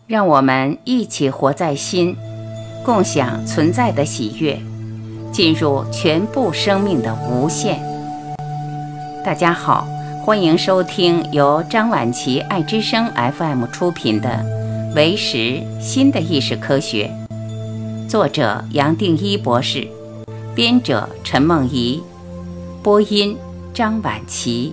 让我们一起活在心，共享存在的喜悦，进入全部生命的无限。大家好，欢迎收听由张晚琪爱之声 FM 出品的《唯识新的意识科学》，作者杨定一博士，编者陈梦怡，播音张晚琪。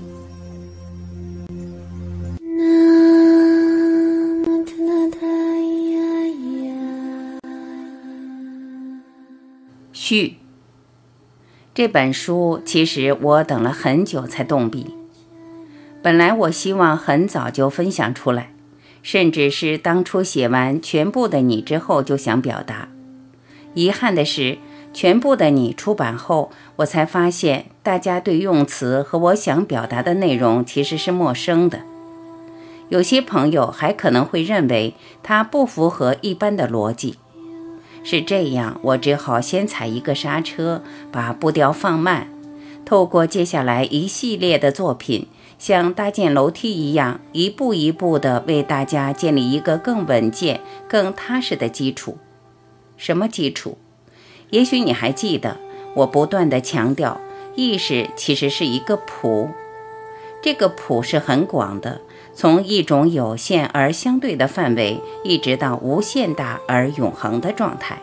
序。这本书其实我等了很久才动笔，本来我希望很早就分享出来，甚至是当初写完全部的你之后就想表达。遗憾的是，全部的你出版后，我才发现大家对用词和我想表达的内容其实是陌生的。有些朋友还可能会认为它不符合一般的逻辑。是这样，我只好先踩一个刹车，把步调放慢，透过接下来一系列的作品，像搭建楼梯一样，一步一步地为大家建立一个更稳健、更踏实的基础。什么基础？也许你还记得，我不断地强调，意识其实是一个谱。这个谱是很广的，从一种有限而相对的范围，一直到无限大而永恒的状态。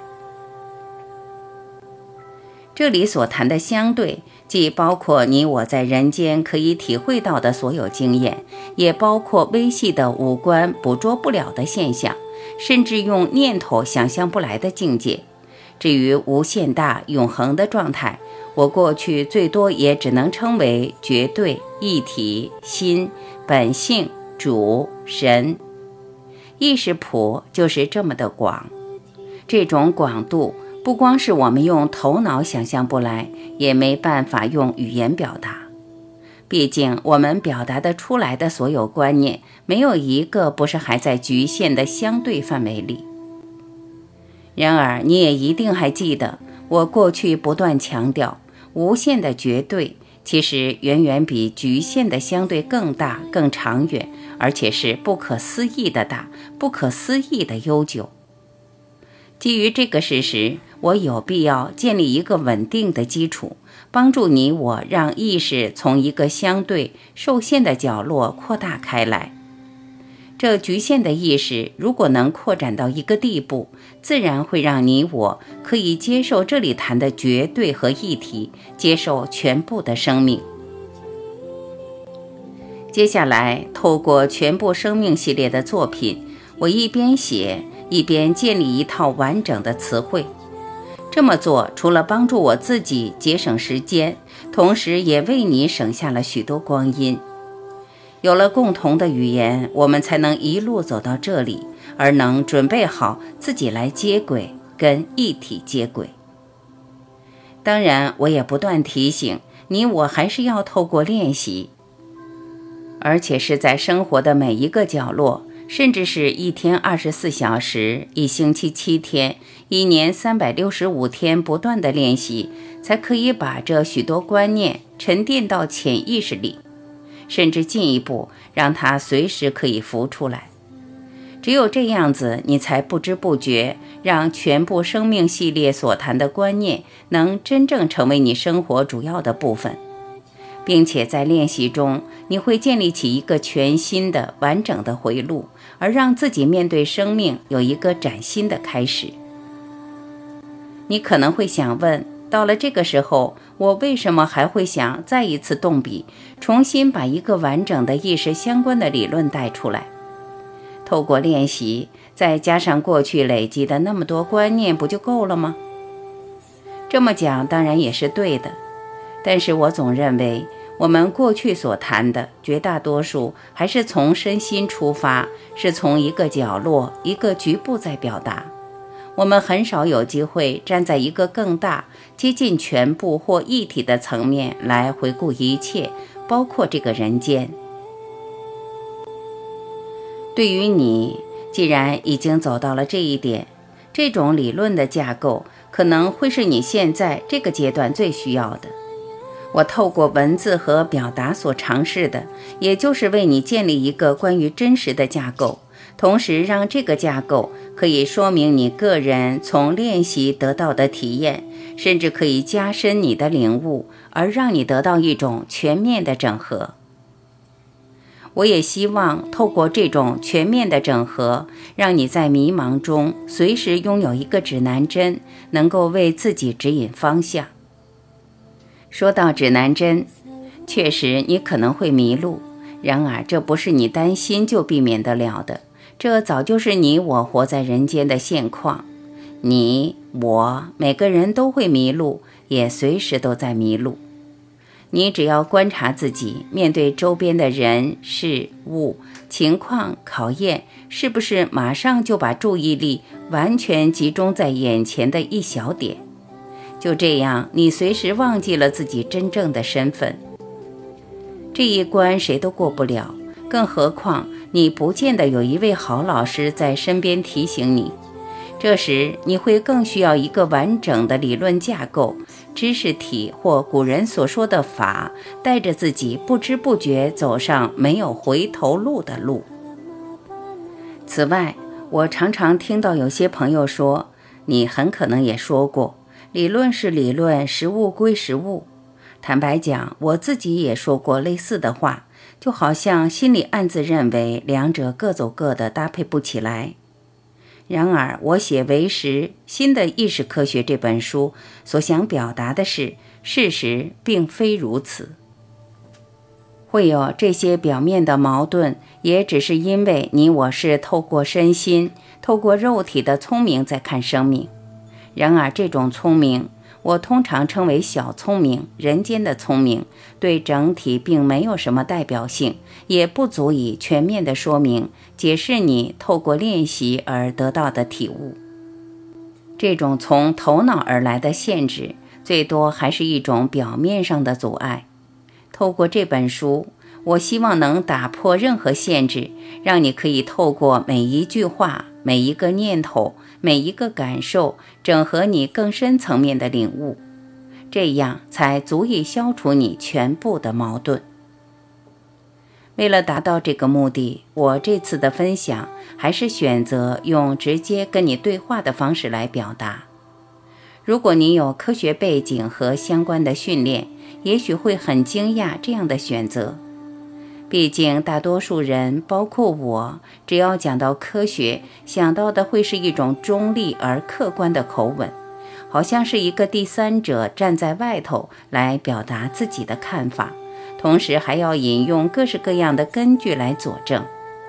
这里所谈的相对，既包括你我在人间可以体会到的所有经验，也包括微细的五官捕捉不了的现象，甚至用念头想象不来的境界。至于无限大永恒的状态，我过去最多也只能称为绝对、一体、心、本性、主、神。意识谱就是这么的广，这种广度不光是我们用头脑想象不来，也没办法用语言表达。毕竟我们表达得出来的所有观念，没有一个不是还在局限的相对范围里。然而你也一定还记得，我过去不断强调，无限的绝对其实远远比局限的相对更大、更长远，而且是不可思议的大、不可思议的悠久。基于这个事实，我有必要建立一个稳定的基础，帮助你我让意识从一个相对受限的角落扩大开来。这局限的意识如果能扩展到一个地步，自然会让你我可以接受这里谈的绝对和一体，接受全部的生命。接下来透过全部生命系列的作品，我一边写一边建立一套完整的词汇。这么做除了帮助我自己节省时间，同时也为你省下了许多光阴。有了共同的语言，我们才能一路走到这里，而能准备好自己来接轨，跟一体接轨。当然，我也不断提醒你我还是要透过练习，而且是在生活的每一个角落，甚至是一天24小时、一星期7天、一年365天不断的练习，才可以把这许多观念沉淀到潜意识里，甚至进一步让它随时可以浮出来。只有这样子，你才不知不觉让全部生命系列所谈的观念能真正成为你生活主要的部分，并且在练习中，你会建立起一个全新的完整的回路，而让自己面对生命有一个崭新的开始。你可能会想问，到了这个时候，我为什么还会想再一次动笔，重新把一个完整的意识相关的理论带出来？透过练习，再加上过去累积的那么多观念，不就够了吗？这么讲当然也是对的，但是我总认为，我们过去所谈的绝大多数还是从身心出发，是从一个角落、一个局部在表达。我们很少有机会站在一个更大、接近全部或一体的层面来回顾一切，包括这个人间。对于你，既然已经走到了这一点，这种理论的架构可能会是你现在这个阶段最需要的。我透过文字和表达所尝试的，也就是为你建立一个关于真实的架构， 同时让这个架构可以说明你个人从练习得到的体验，甚至可以加深你的领悟，而让你得到一种全面的整合。我也希望透过这种全面的整合，让你在迷茫中随时拥有一个指南针，能够为自己指引方向。说到指南针，确实你可能会迷路，然而这不是你担心就避免得了的，这早就是你我活在人间的现况。你我每个人都会迷路，也随时都在迷路。你只要观察自己，面对周边的人事物情况考验，是不是马上就把注意力完全集中在眼前的一小点，就这样你随时忘记了自己真正的身份。这一关谁都过不了，更何况你不见得有一位好老师在身边提醒你。这时你会更需要一个完整的理论架构，知识体或古人所说的法，带着自己不知不觉走上没有回头路的路。此外，我常常听到有些朋友说，你很可能也说过，理论是理论，实务归实务。坦白讲，我自己也说过类似的话，就好像心里暗自认为两者各走各的，搭配不起来。然而我写《唯识：新的意识科学》这本书所想表达的是，事实并非如此。会有这些表面的矛盾，也只是因为你我是透过身心，透过肉体的聪明在看生命。然而这种聪明，我通常称为小聪明，人间的聪明，对整体并没有什么代表性，也不足以全面地说明解释你透过练习而得到的体悟。这种从头脑而来的限制，最多还是一种表面上的阻碍。透过这本书，我希望能打破任何限制，让你可以透过每一句话、每一个念头、每一个感受，整合你更深层面的领悟，这样才足以消除你全部的矛盾。为了达到这个目的，我这次的分享还是选择用直接跟你对话的方式来表达。如果你有科学背景和相关的训练，也许会很惊讶这样的选择。毕竟大多数人，包括我，只要讲到科学，想到的会是一种中立而客观的口吻，好像是一个第三者站在外头来表达自己的看法，同时还要引用各式各样的根据来佐证。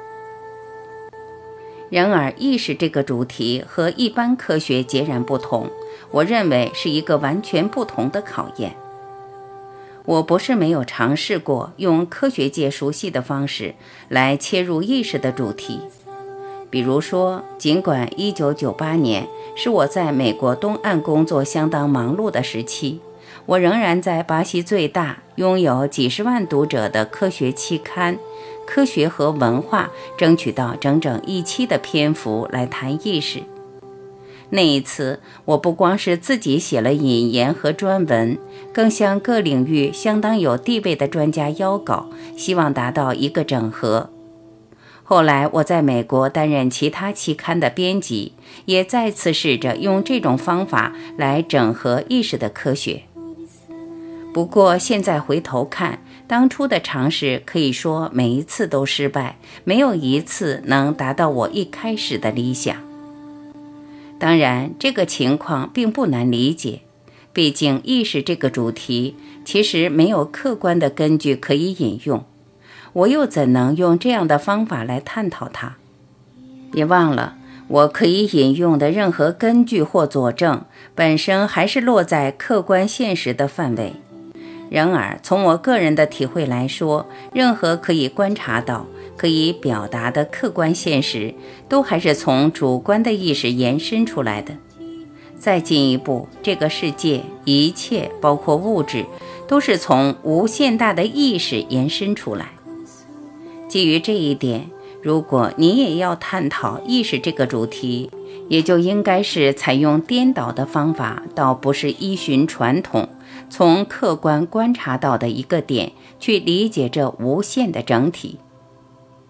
然而意识这个主题和一般科学截然不同，我认为是一个完全不同的考验。我不是没有尝试过用科学界熟悉的方式来切入意识的主题。比如说，尽管1998年是我在美国东岸工作相当忙碌的时期，我仍然在巴西最大、拥有几十万读者的科学期刊《科学和文化》争取到整整1期的篇幅来谈意识。那一次，我不光是自己写了引言和专文，更向各领域相当有地位的专家邀稿，希望达到一个整合。后来我在美国担任其他期刊的编辑，也再次试着用这种方法来整合意识的科学。不过现在回头看，当初的尝试可以说每一次都失败，没有一次能达到我一开始的理想。当然，这个情况并不难理解，毕竟意识这个主题其实没有客观的根据可以引用，我又怎能用这样的方法来探讨它？别忘了，我可以引用的任何根据或佐证，本身还是落在客观现实的范围。然而，从我个人的体会来说，任何可以观察到、可以表达的客观现实，都还是从主观的意识延伸出来的。再进一步，这个世界一切，包括物质，都是从无限大的意识延伸出来。基于这一点，如果你也要探讨意识这个主题，也就应该是采用颠倒的方法，倒不是依循传统，从客观观察到的一个点去理解这无限的整体。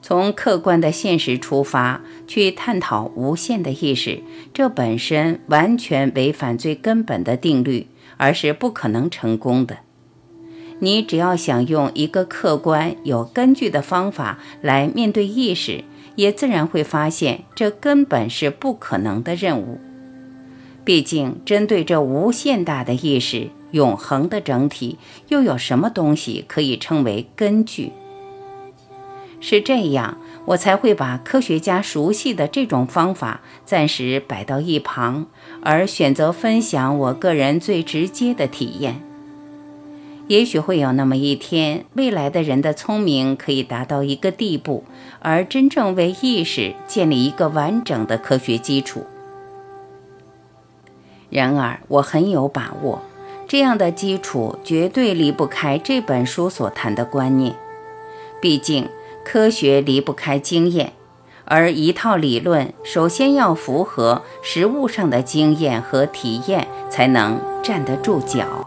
从客观的现实出发，去探讨无限的意识，这本身完全违反最根本的定律，而是不可能成功的。你只要想用一个客观有根据的方法来面对意识，也自然会发现这根本是不可能的任务。毕竟针对这无限大的意识，永恒的整体，又有什么东西可以称为根据？是这样，我才会把科学家熟悉的这种方法暂时摆到一旁，而选择分享我个人最直接的体验。也许会有那么一天，未来的人的聪明可以达到一个地步，而真正为意识建立一个完整的科学基础。然而，我很有把握，这样的基础绝对离不开这本书所谈的观念。毕竟，科学离不开经验，而一套理论首先要符合实物上的经验和体验，才能站得住脚。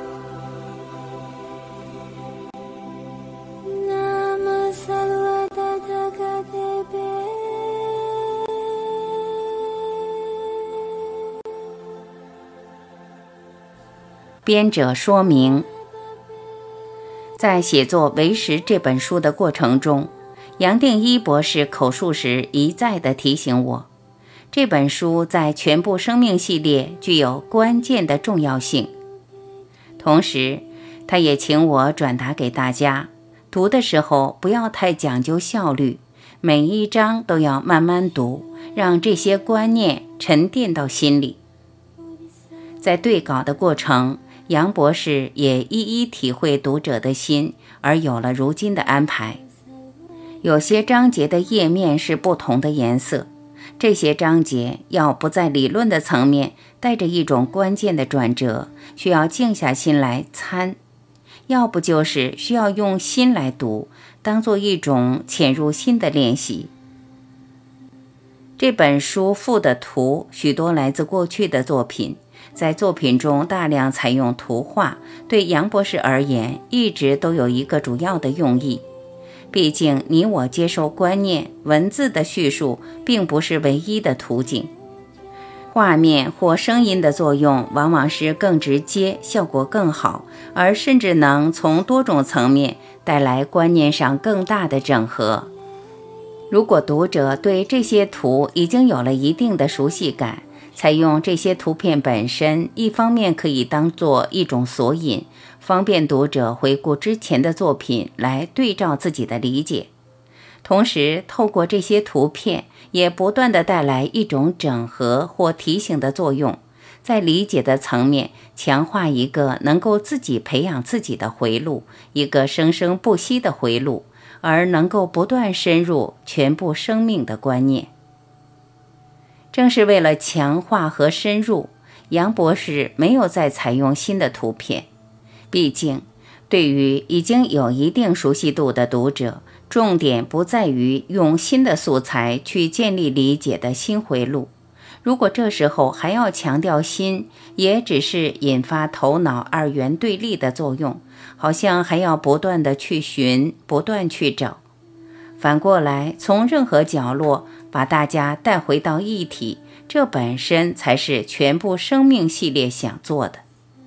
编者说明，在写作《唯识》这本书的过程中，杨定一博士口述时一再地提醒我，这本书在全部生命系列具有关键的重要性。同时，他也请我转达给大家，读的时候不要太讲究效率，每一章都要慢慢读，让这些观念沉淀到心里。在对稿的过程，杨博士也一一体会读者的心，而有了如今的安排。有些章节的页面是不同的颜色，这些章节要不在理论的层面带着一种关键的转折，需要静下心来参；要不就是需要用心来读，当做一种潜入心的练习。这本书附的图许多来自过去的作品，在作品中大量采用图画，对杨博士而言一直都有一个主要的用意。毕竟你我接受观念，文字的叙述并不是唯一的途径。画面或声音的作用往往是更直接，效果更好，而甚至能从多种层面带来观念上更大的整合。如果读者对这些图已经有了一定的熟悉感，采用这些图片本身，一方面可以当作一种索引，方便读者回顾之前的作品来对照自己的理解。同时，透过这些图片，也不断地带来一种整合或提醒的作用，在理解的层面强化一个能够自己培养自己的回路，一个生生不息的回路，而能够不断深入全部生命的观念。正是为了强化和深入，杨博士没有再采用新的图片。毕竟，对于已经有一定熟悉度的读者，重点不在于用新的素材去建立理解的新回路。如果这时候还要强调新，也只是引发头脑二元对立的作用，好像还要不断地去寻，不断去找。反过来，从任何角落把大家带回到一体，这本身才是全部生命系列想做的。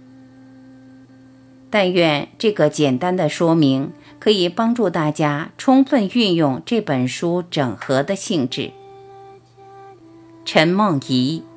但愿这个简单的说明可以帮助大家充分运用这本书整合的性质。陈梦怡。